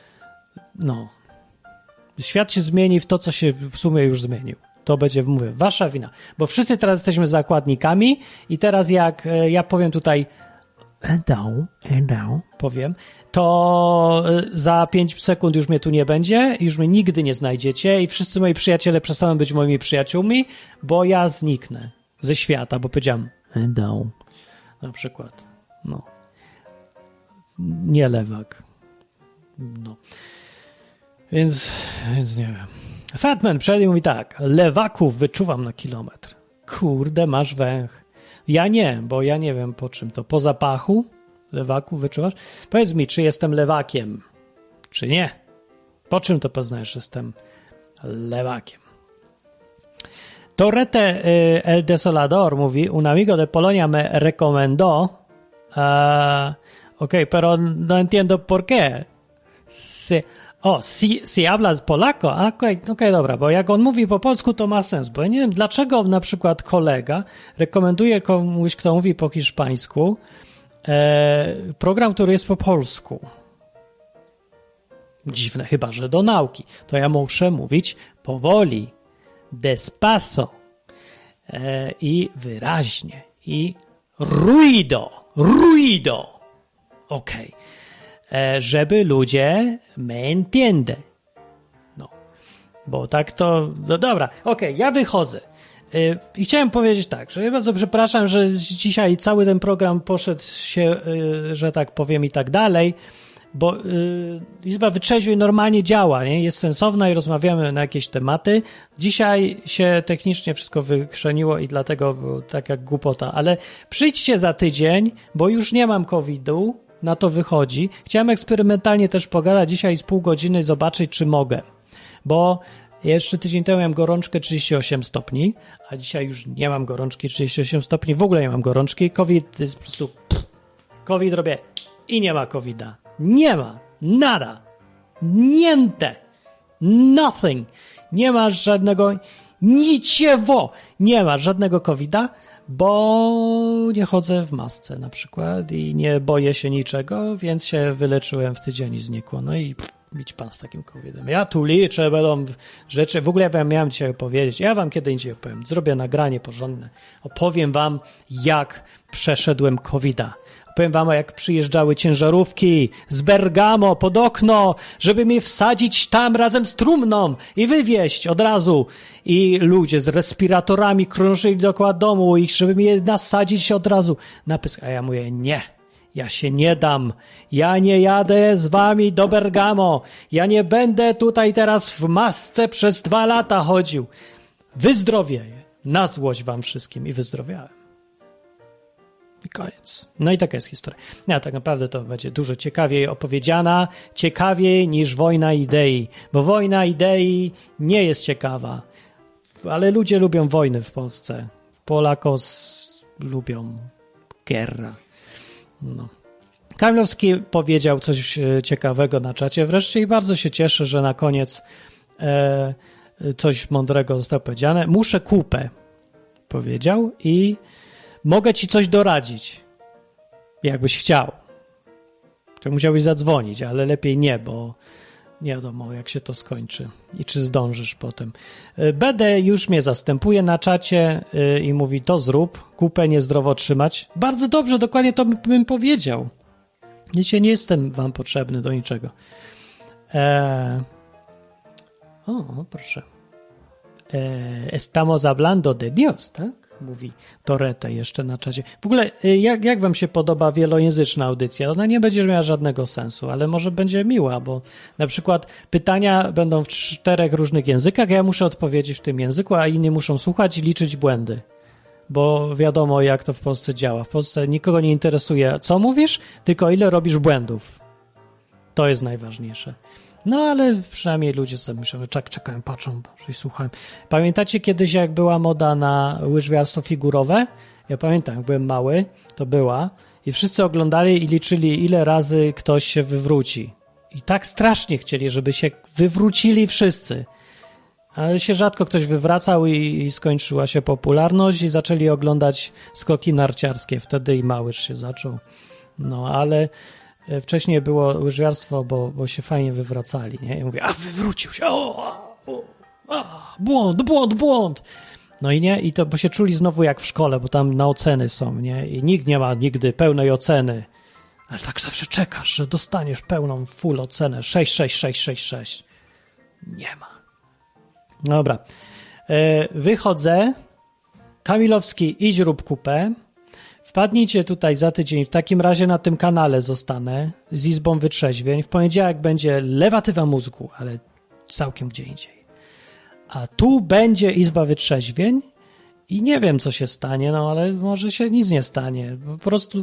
Świat się zmieni w to, co się w sumie już zmienił. To będzie, mówię, wasza wina. Bo wszyscy teraz jesteśmy zakładnikami i teraz jak ja powiem tutaj powiem, to za 5 sekund już mnie tu nie będzie, już mnie nigdy nie znajdziecie i wszyscy moi przyjaciele przestaną być moimi przyjaciółmi, bo ja zniknę ze świata, bo powiedziałem na przykład. Nie lewak. Więc nie wiem. Fatman przed i mówi tak, lewaków wyczuwam na kilometr. Kurde, masz węch. Ja nie, bo ja nie wiem po czym to. Po zapachu lewaków wyczuwasz? Powiedz mi, czy jestem lewakiem, czy nie? Po czym to poznajesz, że jestem lewakiem? Torrete el Desolador mówi, un amigo de Polonia me recomendó pero no entiendo por qué. Si hablas polako, okej, dobra, bo jak on mówi po polsku, to ma sens, bo ja nie wiem, dlaczego na przykład kolega rekomenduje komuś, kto mówi po hiszpańsku, program, który jest po polsku. Dziwne, chyba że do nauki. To ja muszę mówić powoli, despacio i wyraźnie i ruido. Okej. Żeby ludzie me entienden. Bo tak to... dobra, ja wychodzę. I chciałem powiedzieć tak, że ja bardzo przepraszam, że dzisiaj cały ten program poszedł się, że tak powiem i tak dalej, bo Izba Wytrzeźwień normalnie działa, nie? Jest sensowna i rozmawiamy na jakieś tematy. Dzisiaj się technicznie wszystko wykrzeniło i dlatego było tak jak głupota, ale przyjdźcie za tydzień, bo już nie mam COVID-u, na to wychodzi. Chciałem eksperymentalnie też pogadać dzisiaj z pół godziny, zobaczyć, czy mogę. Bo jeszcze tydzień temu miałem gorączkę 38 stopni, a dzisiaj już nie mam gorączki 38 stopni, w ogóle nie mam gorączki. COVID jest po prostu... COVID robię i nie ma COVID-a. Nie ma. Nada. Niente. Nothing. Nie ma żadnego... Niciewo. Nie ma żadnego COVID-a, bo nie chodzę w masce na przykład i nie boję się niczego, więc się wyleczyłem w tydzień i znikło. No i idź pan z takim COVID-em. Ja tu liczę, będą rzeczy, w ogóle ja miałem dzisiaj opowiedzieć, ja wam kiedy indziej opowiem, zrobię nagranie porządne, opowiem wam, jak przeszedłem COVID-a. Opowiem wam, jak przyjeżdżały ciężarówki z Bergamo pod okno, żeby mnie wsadzić tam razem z trumną i wywieźć od razu. I ludzie z respiratorami krążyli dookoła domu i żeby mnie nasadzić od razu na pysk. A ja mówię, nie, ja się nie dam. Ja nie jadę z wami do Bergamo. Ja nie będę tutaj teraz w masce przez 2 lata chodził. Wyzdrowieję. Na złość wam wszystkim i wyzdrowiałem. I koniec. No i taka jest historia. No, tak naprawdę to będzie dużo ciekawiej opowiedziana, ciekawiej niż Wojna idei, bo Wojna idei nie jest ciekawa, ale ludzie lubią wojny w Polsce. Polakos lubią guerra. No. Kamilowski powiedział coś ciekawego na czacie wreszcie i bardzo się cieszę, że na koniec coś mądrego zostało powiedziane. Muszę kupę, powiedział, i mogę ci coś doradzić, jakbyś chciał. To musiałbyś zadzwonić, ale lepiej nie, bo nie wiadomo, jak się to skończy i czy zdążysz potem. BD już mnie zastępuje na czacie i mówi, to zrób, kupę niezdrowo trzymać. Bardzo dobrze, dokładnie to bym powiedział. Dzisiaj nie jestem wam potrzebny do niczego. O, proszę. Estamos hablando de Dios, tak? Mówi Torete jeszcze na czacie. W ogóle, jak wam się podoba wielojęzyczna audycja? Ona nie będzie miała żadnego sensu, ale może będzie miła, bo na przykład pytania będą w 4 różnych językach, ja muszę odpowiedzieć w tym języku, a inni muszą słuchać i liczyć błędy. Bo wiadomo, jak to w Polsce działa. W Polsce nikogo nie interesuje, co mówisz, tylko ile robisz błędów. To jest najważniejsze. No, ale przynajmniej ludzie sobie myślą, że czekają, patrzą i słuchają. Pamiętacie kiedyś, jak była moda na łyżwiarstwo figurowe? Ja pamiętam, jak byłem mały, to była. I wszyscy oglądali i liczyli, ile razy ktoś się wywróci. I tak strasznie chcieli, żeby się wywrócili wszyscy. Ale się rzadko ktoś wywracał i skończyła się popularność i zaczęli oglądać skoki narciarskie. Wtedy i Małysz się zaczął. No, ale wcześniej było łyżwiarstwo, bo się fajnie wywracali, nie? I mówię, wywrócił się, błąd. No i nie, i to, bo się czuli znowu jak w szkole, bo tam na oceny są, nie? I nikt nie ma nigdy pełnej oceny. Ale tak zawsze czekasz, że dostaniesz pełną full ocenę. 6. Nie ma. Dobra. Wychodzę. Kamilowski, idź rób kupę. Wpadnijcie tutaj za tydzień. W takim razie na tym kanale zostanę z Izbą Wytrzeźwień. W poniedziałek będzie lewatywa mózgu, ale całkiem gdzie indziej. A tu będzie Izba Wytrzeźwień i nie wiem, co się stanie, no ale może się nic nie stanie. Po prostu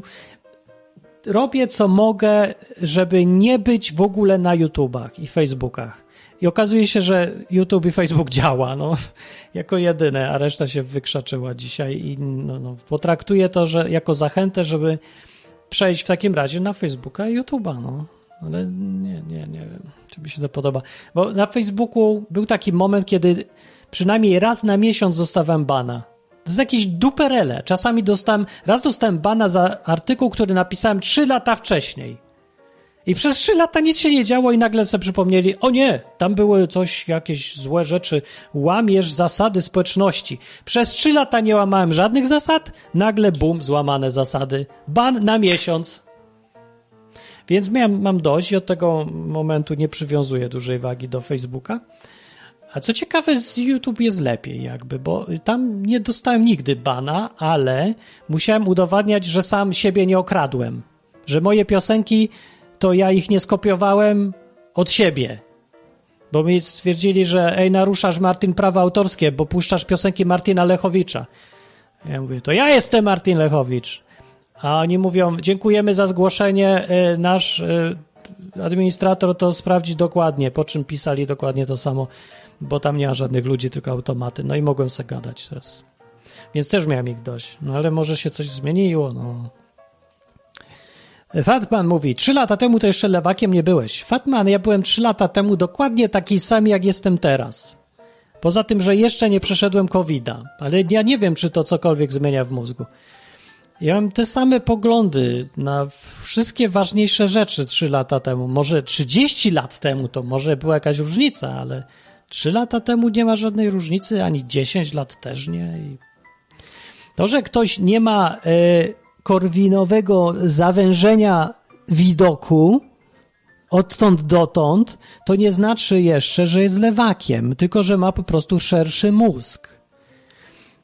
robię, co mogę, żeby nie być w ogóle na YouTubach i Facebookach. I okazuje się, że YouTube i Facebook działa, no, jako jedyne, a reszta się wykrzaczyła dzisiaj i potraktuję to, że jako zachętę, żeby przejść w takim razie na Facebooka i YouTube'a, no. Ale nie wiem, czy mi się to podoba. Bo na Facebooku był taki moment, kiedy przynajmniej raz na miesiąc dostawałem bana. To jest jakieś duperele. Czasami dostałem bana za artykuł, który napisałem 3 lata wcześniej. I przez 3 lata nic się nie działo i nagle sobie przypomnieli, o nie, tam były jakieś złe rzeczy, łamiesz zasady społeczności. Przez 3 lata nie łamałem żadnych zasad, nagle bum, złamane zasady. Ban na miesiąc. Więc mam dość i od tego momentu nie przywiązuję dużej wagi do Facebooka. A co ciekawe, z YouTube jest lepiej jakby, bo tam nie dostałem nigdy bana, ale musiałem udowadniać, że sam siebie nie okradłem. Że moje piosenki to ja ich nie skopiowałem od siebie. Bo mi stwierdzili, że naruszasz, Martin, prawa autorskie, bo puszczasz piosenki Martina Lechowicza. Ja mówię, to ja jestem Martin Lechowicz. A oni mówią, dziękujemy za zgłoszenie, nasz administrator to sprawdzi dokładnie, po czym pisali dokładnie to samo, bo tam nie ma żadnych ludzi, tylko automaty. No i mogłem sobie gadać teraz. Więc też miałem ich dość. No ale może się coś zmieniło, no. Fatman mówi, 3 lata temu to jeszcze lewakiem nie byłeś. Fatman, ja byłem 3 lata temu dokładnie taki sam, jak jestem teraz. Poza tym, że jeszcze nie przeszedłem COVID-a. Ale ja nie wiem, czy to cokolwiek zmienia w mózgu. Ja mam te same poglądy na wszystkie ważniejsze rzeczy 3 lata temu. Może 30 lat temu to może była jakaś różnica, ale 3 lata temu nie ma żadnej różnicy, ani 10 lat też nie. I to, że ktoś nie ma korwinowego zawężenia widoku odtąd dotąd, to nie znaczy jeszcze, że jest lewakiem, tylko że ma po prostu szerszy mózg.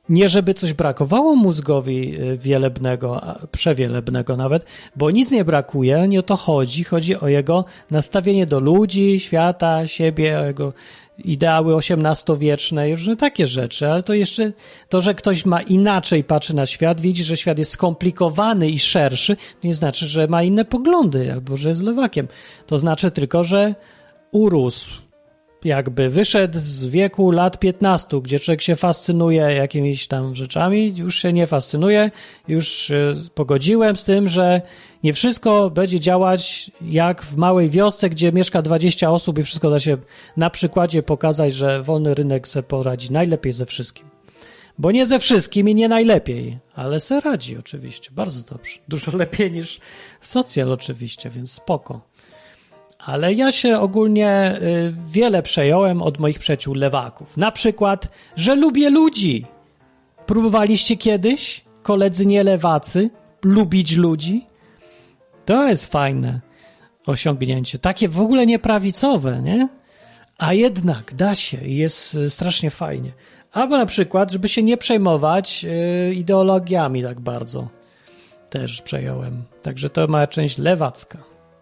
Nie żeby coś brakowało mózgowi wielebnego, przewielebnego nawet, bo nic nie brakuje, nie o to chodzi. Chodzi o jego nastawienie do ludzi, świata, siebie, o jego ideały XVIII-wieczne i różne takie rzeczy, ale to jeszcze to, że ktoś ma inaczej patrzy na świat, widzi, że świat jest skomplikowany i szerszy, to nie znaczy, że ma inne poglądy albo że jest lewakiem. To znaczy tylko, że urósł, jakby wyszedł z wieku lat 15, gdzie człowiek się fascynuje jakimiś tam rzeczami, już się nie fascynuje, już pogodziłem z tym, że nie wszystko będzie działać jak w małej wiosce, gdzie mieszka 20 osób i wszystko da się na przykładzie pokazać, że wolny rynek se poradzi najlepiej ze wszystkim. Bo nie ze wszystkim i nie najlepiej, ale se radzi oczywiście, bardzo dobrze. Dużo lepiej niż socjal oczywiście, więc spoko. Ale ja się ogólnie wiele przejąłem od moich przyjaciół lewaków. Na przykład, że lubię ludzi. Próbowaliście kiedyś, koledzy nie lewacy, lubić ludzi? To jest fajne osiągnięcie. Takie w ogóle nieprawicowe, nie? A jednak da się i jest strasznie fajnie. Albo na przykład, żeby się nie przejmować ideologiami tak bardzo. Też przejąłem. Także to ma część lewacka.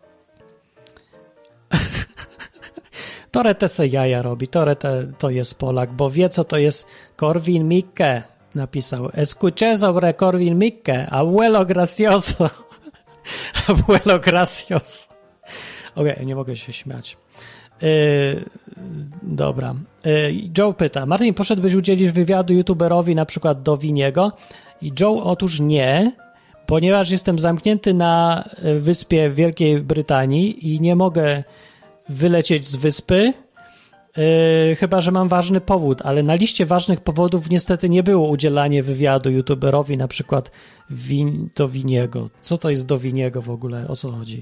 Torete se jaja robi. Torete to jest Polak, bo wie, co to jest Korwin Mikke. Napisał. Escuché sobre Korwin Mikke. Abuelo gracioso. Abuelo gracioso. Okej, nie mogę się śmiać. Dobra. Joe pyta. Martin, poszedłbyś udzielić wywiadu youtuberowi, na przykład do Winiego? I Joe, otóż nie, ponieważ jestem zamknięty na wyspie w Wielkiej Brytanii i nie mogę wylecieć z wyspy, chyba że mam ważny powód, ale na liście ważnych powodów niestety nie było udzielanie wywiadu youtuberowi, na przykład do Winiego. Co to jest do Winiego w ogóle? O co chodzi?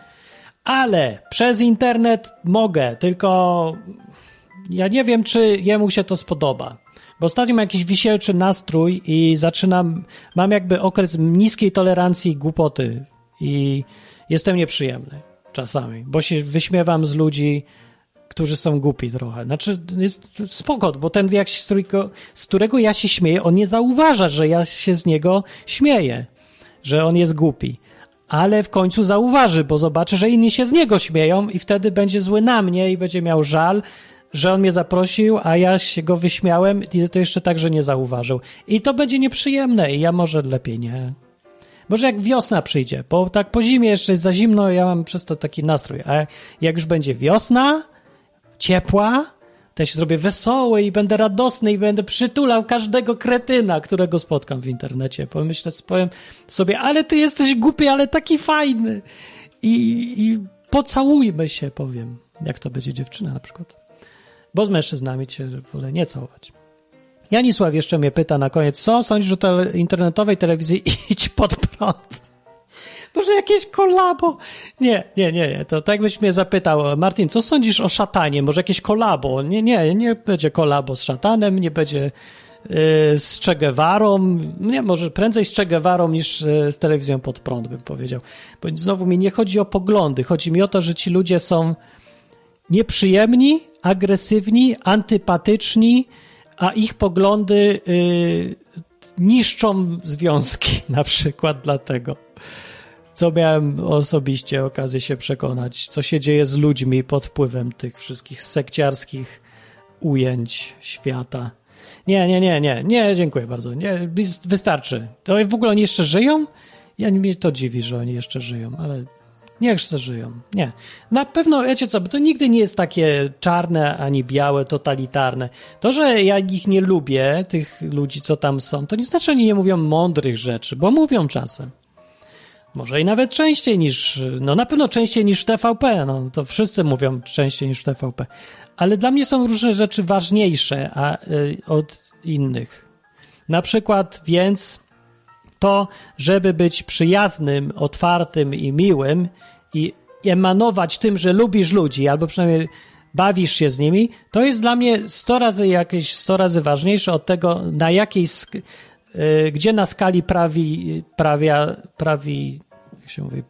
Ale przez internet mogę, tylko ja nie wiem, czy jemu się to spodoba. Bo ostatnio mam jakiś wisielczy nastrój i mam jakby okres niskiej tolerancji głupoty i jestem nieprzyjemny czasami, bo się wyśmiewam z ludzi, którzy są głupi trochę. Znaczy, jest spoko, bo ten, z którego ja się śmieję, on nie zauważa, że ja się z niego śmieję, że on jest głupi. Ale w końcu zauważy, bo zobaczy, że inni się z niego śmieją i wtedy będzie zły na mnie i będzie miał żal, że on mnie zaprosił, a ja się go wyśmiałem i to jeszcze tak, że nie zauważył. I to będzie nieprzyjemne i ja może lepiej nie. Może jak wiosna przyjdzie, bo tak po zimie jeszcze jest za zimno, ja mam przez to taki nastrój. A jak już będzie wiosna, ciepła, to ja się zrobię wesoły i będę radosny i będę przytulał każdego kretyna, którego spotkam w internecie. Powiem sobie, ale ty jesteś głupi, ale taki fajny. I pocałujmy się, powiem. Jak to będzie dziewczyna na przykład. Bo z mężczyznami cię wolę nie całować. Janisław jeszcze mnie pyta na koniec, co sądzisz o internetowej telewizji Idź Pod Prąd? Może jakieś kolabo? Nie. To tak jakbyś mnie zapytał, Martin, co sądzisz o szatanie? Może jakieś kolabo? Nie będzie kolabo z szatanem, nie będzie z Che Guevarą. Nie, może prędzej z Che Guevarą niż z telewizją Pod Prąd, bym powiedział. Bo znowu mi nie chodzi o poglądy. Chodzi mi o to, że ci ludzie są nieprzyjemni, agresywni, antypatyczni, a ich poglądy niszczą związki, na przykład dlatego. Co miałem osobiście okazję się przekonać, co się dzieje z ludźmi pod wpływem tych wszystkich sekciarskich ujęć świata. Nie, dziękuję bardzo. Nie, wystarczy. To w ogóle oni jeszcze żyją? Mnie to dziwi, że oni jeszcze żyją, ale niech se żyją. Nie. Na pewno, wiecie co, bo to nigdy nie jest takie czarne ani białe, totalitarne. To, że ja ich nie lubię, tych ludzi, co tam są, to nie znaczy, że oni nie mówią mądrych rzeczy, bo mówią czasem. Może i nawet częściej niż, na pewno częściej niż w TVP, to wszyscy mówią częściej niż w TVP. Ale dla mnie są różne rzeczy ważniejsze od innych. Na przykład więc to, żeby być przyjaznym, otwartym i miłym i emanować tym, że lubisz ludzi, albo przynajmniej bawisz się z nimi, to jest dla mnie 100 razy ważniejsze od tego, na jakiej gdzie na skali jak się mówi,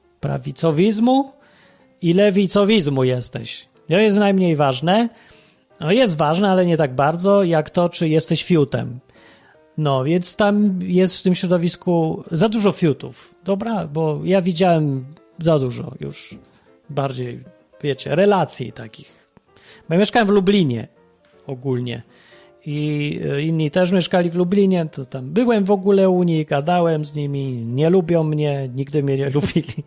prawicowizmu i lewicowizmu jesteś. To jest najmniej ważne, No jest ważne, ale nie tak bardzo, jak to, czy jesteś fiutem. No, więc tam jest w tym środowisku za dużo fiutów. Dobra, bo ja widziałem za dużo już bardziej, wiecie, relacji takich. Bo ja mieszkałem w Lublinie ogólnie i inni też mieszkali w Lublinie, to tam byłem w ogóle u nich, gadałem z nimi, nie lubią mnie, nigdy mnie nie lubili.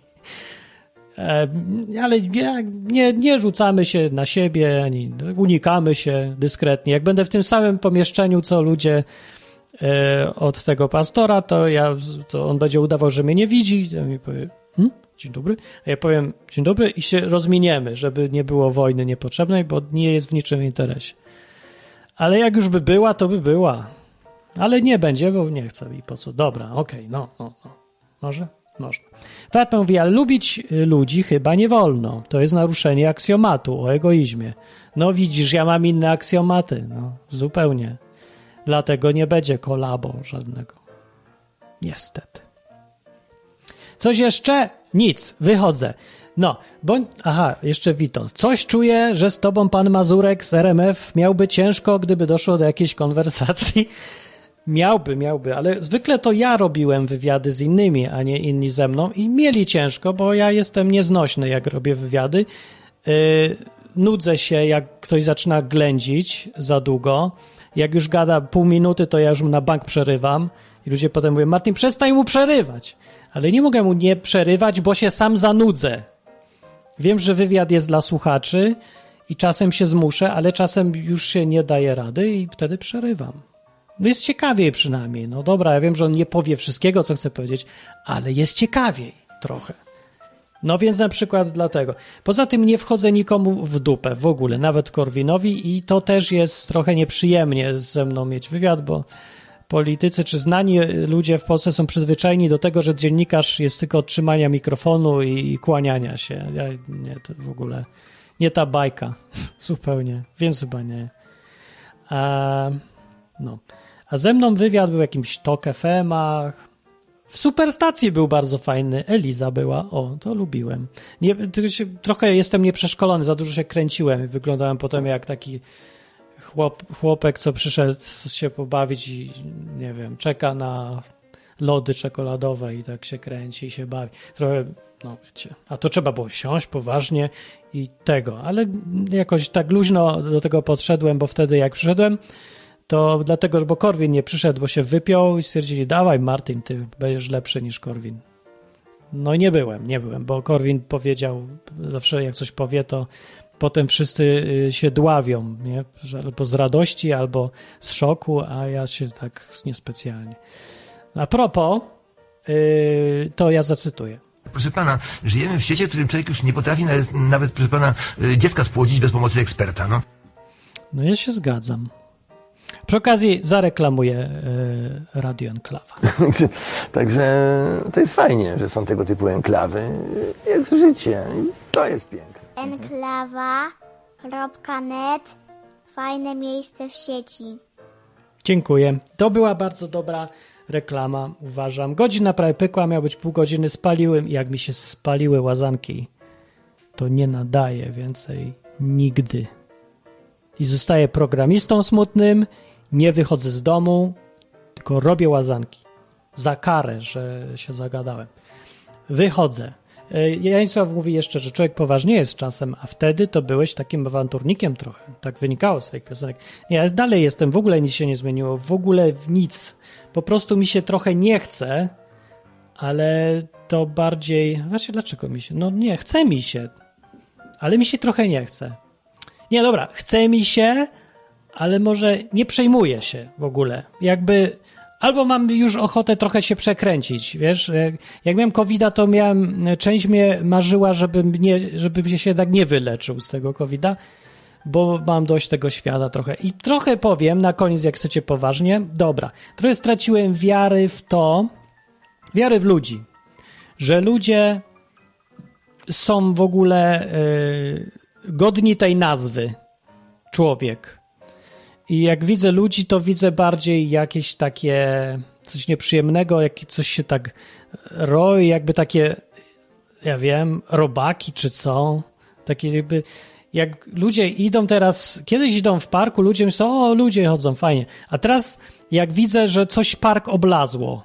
Ale nie rzucamy się na siebie, ani unikamy się dyskretnie. Jak będę w tym samym pomieszczeniu, co ludzie od tego pastora, to on będzie udawał, że mnie nie widzi. Ja mi powie, dzień dobry. A ja powiem, dzień dobry i się rozminiemy, żeby nie było wojny niepotrzebnej, bo nie jest w niczym interesie. Ale jak już by była, to by była. Ale nie będzie, bo nie chcę i po co. Dobra, okej, no. Może? Można. Fatma mówi, ale lubić ludzi chyba nie wolno. To jest naruszenie aksjomatu o egoizmie. No widzisz, ja mam inne aksjomaty. No, zupełnie. Dlatego nie będzie kolabo żadnego. Niestety. Coś jeszcze? Nic. Wychodzę. No, jeszcze Wito. Coś czuję, że z tobą pan Mazurek z RMF miałby ciężko, gdyby doszło do jakiejś konwersacji. Miałby, ale zwykle to ja robiłem wywiady z innymi, a nie inni ze mną i mieli ciężko, bo ja jestem nieznośny, jak robię wywiady. Nudzę się, jak ktoś zaczyna ględzić za długo. Jak już gada pół minuty, to ja już mu na bank przerywam i ludzie potem mówią, Martin, przestań mu przerywać. Ale nie mogę mu nie przerywać, bo się sam zanudzę. Wiem, że wywiad jest dla słuchaczy i czasem się zmuszę, ale czasem już się nie daje rady i wtedy przerywam. No jest ciekawiej przynajmniej. No dobra, ja wiem, że on nie powie wszystkiego, co chce powiedzieć, ale jest ciekawiej trochę. No więc na przykład dlatego. Poza tym nie wchodzę nikomu w dupę w ogóle, nawet Korwinowi i to też jest trochę nieprzyjemnie ze mną mieć wywiad, bo politycy czy znani ludzie w Polsce są przyzwyczajeni do tego, że dziennikarz jest tylko od trzymania mikrofonu i kłaniania się. Nie, to w ogóle nie ta bajka. Zupełnie. Więc chyba nie. A ze mną wywiad był w jakimś Tok FM-ach. W Superstacji był bardzo fajny. Eliza była. O, to lubiłem. Trochę jestem nieprzeszkolony, za dużo się kręciłem i wyglądałem potem jak taki chłopek, co przyszedł się pobawić i nie wiem, czeka na lody czekoladowe i tak się kręci i się bawi. Trochę, no wiecie, a to trzeba było siąść poważnie i tego, ale jakoś tak luźno do tego podszedłem, bo wtedy jak przyszedłem, to dlatego, bo Korwin nie przyszedł, bo się wypiął i stwierdzili, dawaj Martin, ty będziesz lepszy niż Korwin. No i nie byłem, bo Korwin powiedział, zawsze jak coś powie, to potem wszyscy się dławią, nie? Albo z radości, albo z szoku, a ja się tak niespecjalnie. A propos, to ja zacytuję. Proszę pana, żyjemy w świecie, w którym człowiek już nie potrafi nawet proszę pana, dziecka spłodzić bez pomocy eksperta, no. No ja się zgadzam. Przy okazji zareklamuję Radio Enklawa. Także to jest fajnie, że są tego typu enklawy. Jest życie i to jest piękne. Enklawa.net. Fajne miejsce w sieci. Dziękuję. To była bardzo dobra reklama, uważam. Godzina prawie pykła, miał być pół godziny, spaliłem i jak mi się spaliły łazanki, to nie nadaję więcej nigdy. I zostaję programistą smutnym, nie wychodzę z domu, tylko robię łazanki. Za karę, że się zagadałem. Wychodzę. Janisław mówi jeszcze, że człowiek poważnie jest czasem, a wtedy to byłeś takim awanturnikiem trochę. Tak wynikało z swoich piosenek. Ja dalej jestem, w ogóle nic się nie zmieniło, w ogóle nic. Po prostu mi się trochę nie chce, ale to bardziej... Właśnie dlaczego mi się... No nie, chce mi się, ale mi się trochę nie chce. Nie, dobra, chce mi się, ale może nie przejmuję się w ogóle. Jakby... Albo mam już ochotę trochę się przekręcić, wiesz? Jak miałem COVID-a, to część mnie marzyła, żebym się tak nie wyleczył z tego COVID-a, bo mam dość tego świata trochę. I trochę powiem na koniec, jak chcecie poważnie, dobra, trochę straciłem wiary w ludzi, że ludzie są w ogóle godni tej nazwy człowiek. I jak widzę ludzi, to widzę bardziej jakieś takie coś nieprzyjemnego, coś się tak roi, jakby takie, ja wiem, robaki czy co. Takie jakby, jak ludzie idą teraz, kiedyś idą w parku, ludzie myślą, o, ludzie chodzą, fajnie. A teraz jak widzę, że coś park oblazło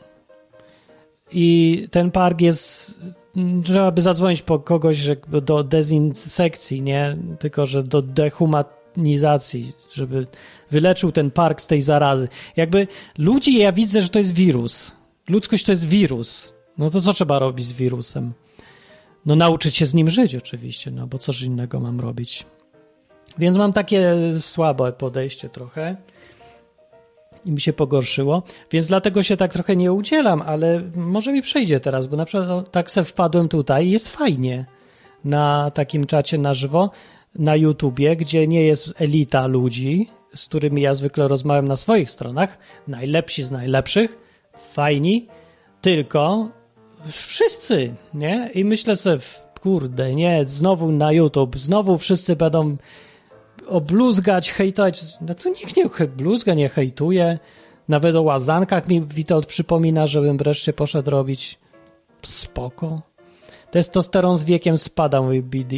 i ten park jest, trzeba by zadzwonić po kogoś do dezynsekcji, nie? Tylko, że do dehumanizacji, żeby wyleczył ten park z tej zarazy. Jakby ludzi, ja widzę, że to jest wirus. Ludzkość to jest wirus. No to co trzeba robić z wirusem? No nauczyć się z nim żyć oczywiście, no bo coś innego mam robić. Więc mam takie słabe podejście trochę i mi się pogorszyło, więc dlatego się tak trochę nie udzielam, ale może mi przejdzie teraz, bo na przykład tak se wpadłem tutaj i jest fajnie na takim czacie na żywo, na YouTubie, gdzie nie jest elita ludzi, z którymi ja zwykle rozmawiam na swoich stronach, najlepsi z najlepszych, fajni, tylko wszyscy, nie? I myślę sobie, kurde, nie, znowu na YouTube, znowu wszyscy będą obluzgać, hejtować. No to nikt nie bluzga, nie hejtuje. Nawet o łazankach mi Witold przypomina, żebym wreszcie poszedł robić. Spoko. Testosteron z wiekiem spada, mój BD.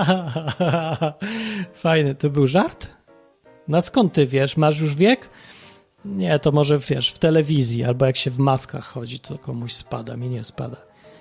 Fajny. To był żart? No skąd ty wiesz? Masz już wiek? Nie, to może wiesz, w telewizji, albo jak się w maskach chodzi, to komuś spada, mi nie spada.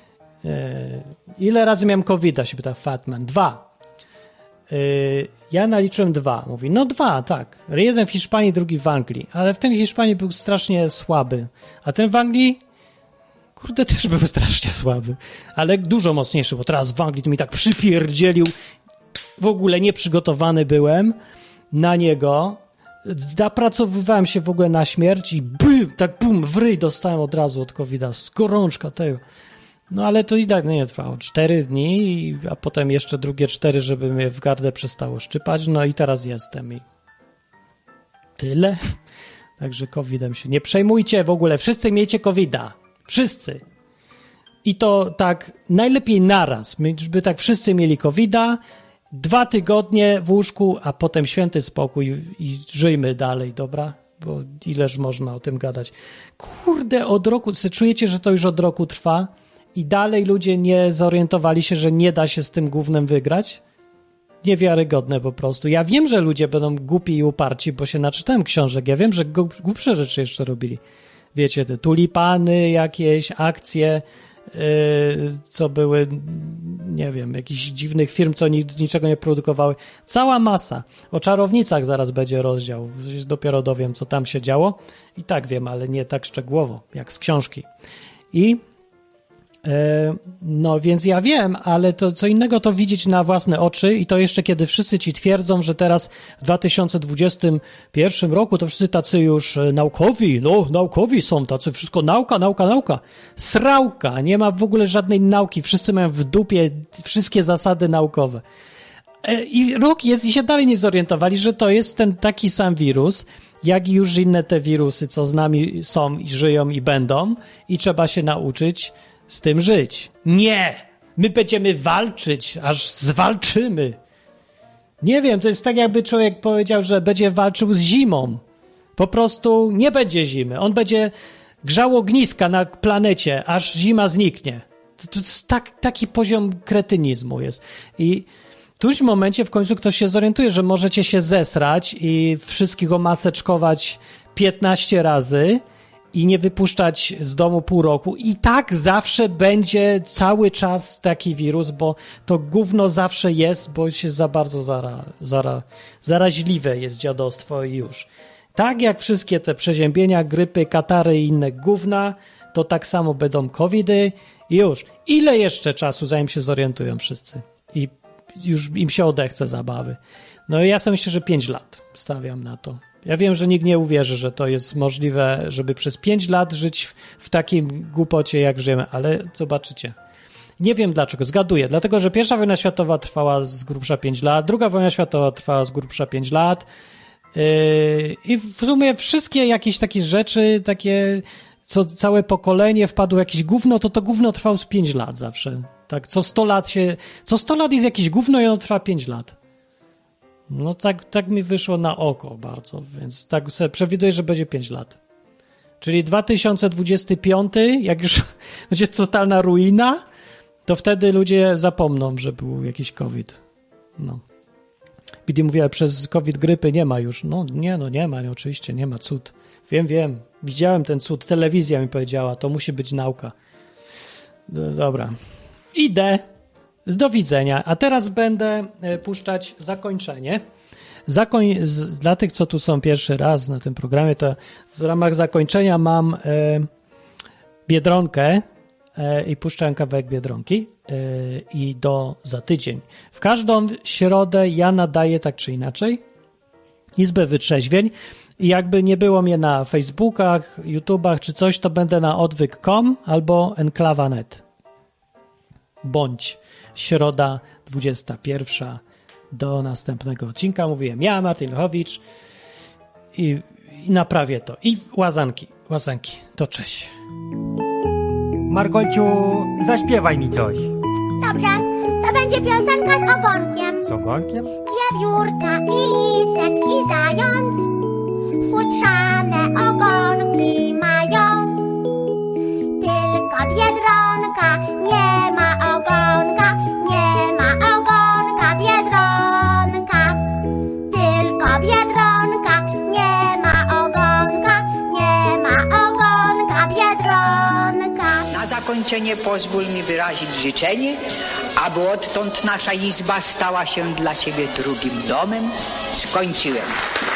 Ile razy miałem COVID-a, się pyta Fatman. 2. Ja naliczyłem 2. Mówi, no 2, tak. Jeden w Hiszpanii, drugi w Anglii. Ale w tym Hiszpanii był strasznie słaby. A ten w Anglii, kurde, też był strasznie słaby. Ale dużo mocniejszy, bo teraz w Anglii to mi tak przypierdzielił. W ogóle nieprzygotowany byłem na niego. Zapracowywałem się w ogóle na śmierć i tak bum, w ryj dostałem od razu od COVID-a. Z gorączka tego. No ale to i tak nie trwało. 4 dni, a potem jeszcze drugie 4, żeby mnie w gardę przestało szczypać. No i teraz jestem. I tyle. Także COVID-em się nie przejmujcie w ogóle. Wszyscy miejcie COVID-a. Wszyscy. I to tak najlepiej naraz. Żeby tak wszyscy mieli COVID-a. 2 tygodnie w łóżku, a potem święty spokój i żyjmy dalej, dobra? Bo ileż można o tym gadać. Kurde, od roku, czujecie, że to już od roku trwa i dalej ludzie nie zorientowali się, że nie da się z tym gównem wygrać? Niewiarygodne po prostu. Ja wiem, że ludzie będą głupi i uparci, bo się naczytałem książek. Ja wiem, że głupsze rzeczy jeszcze robili. Wiecie, te tulipany, jakieś akcje, co były, nie wiem, jakichś dziwnych firm, co niczego nie produkowały. Cała masa. O czarownicach zaraz będzie rozdział. Dopiero dowiem, co tam się działo. I tak wiem, ale nie tak szczegółowo, jak z książki. I no więc ja wiem, ale to co innego to widzieć na własne oczy i to jeszcze kiedy wszyscy ci twierdzą, że teraz w 2021 roku to wszyscy tacy już naukowi są tacy, wszystko nauka. Srałka, nie ma w ogóle żadnej nauki, wszyscy mają w dupie wszystkie zasady naukowe. I rok jest i się dalej nie zorientowali, że to jest ten taki sam wirus, jak i już inne te wirusy, co z nami są i żyją i będą i trzeba się nauczyć z tym żyć. Nie! My będziemy walczyć, aż zwalczymy. Nie wiem, to jest tak jakby człowiek powiedział, że będzie walczył z zimą. Po prostu nie będzie zimy. On będzie grzał ogniska na planecie, aż zima zniknie. To jest taki poziom kretynizmu jest. I w którymś momencie w końcu ktoś się zorientuje, że możecie się zesrać i wszystkich omaseczkować 15 razy i nie wypuszczać z domu pół roku. I tak zawsze będzie cały czas taki wirus, bo to gówno zawsze jest, bo się za bardzo zaraźliwe jest dziadostwo i już. Tak jak wszystkie te przeziębienia, grypy, katary i inne gówna, to tak samo będą covidy i już. Ile jeszcze czasu, zanim się zorientują wszyscy? I już im się odechce zabawy. No ja sobie myślę, że 5 lat stawiam na to. Ja wiem, że nikt nie uwierzy, że to jest możliwe, żeby przez 5 lat żyć w takim głupocie, jak żyjemy, ale zobaczycie. Nie wiem dlaczego, zgaduję. Dlatego, że I wojna światowa trwała z grubsza 5 lat, II wojna światowa trwała z grubsza 5 lat i w sumie wszystkie jakieś takie rzeczy, takie, co całe pokolenie wpadło w jakieś gówno, to gówno trwało z 5 lat zawsze. Tak, co 100 lat jest jakieś gówno i ono trwa 5 lat. No tak mi wyszło na oko bardzo, więc tak sobie przewiduję, że będzie 5 lat. Czyli 2025, jak już będzie totalna ruina, to wtedy ludzie zapomną, że był jakiś COVID. No. Bidi mówiła, przez COVID grypy nie ma już. No nie ma, oczywiście nie ma, cud. Wiem, widziałem ten cud, telewizja mi powiedziała, to musi być nauka. Dobra, idę, do widzenia, a teraz będę puszczać zakończenie. Dla tych, co tu są pierwszy raz na tym programie, to w ramach zakończenia mam Biedronkę i puszczam kawałek Biedronki i za tydzień. W każdą środę ja nadaję tak czy inaczej Izbę Wytrzeźwień i jakby nie było mnie na Facebookach, YouTubach czy coś, to będę na odwyk.com albo enklawa.net. Bądź środa 21. Do następnego odcinka. Mówiłem ja, Martin Lechowicz i naprawię to. I łazanki, to cześć. Margolciu, zaśpiewaj mi coś. Dobrze, to będzie piosenka z ogonkiem. Z ogonkiem? Wiewiórka i lisek i zając futrzane ogonki mają. Tylko Biedronka nie ma ogonka, nie ma ogonka Biedronka. Tylko Biedronka nie ma ogonka, nie ma ogonka Biedronka. Na zakończenie pozwól mi wyrazić życzenie, aby odtąd nasza izba stała się dla Ciebie drugim domem. Skończyłem.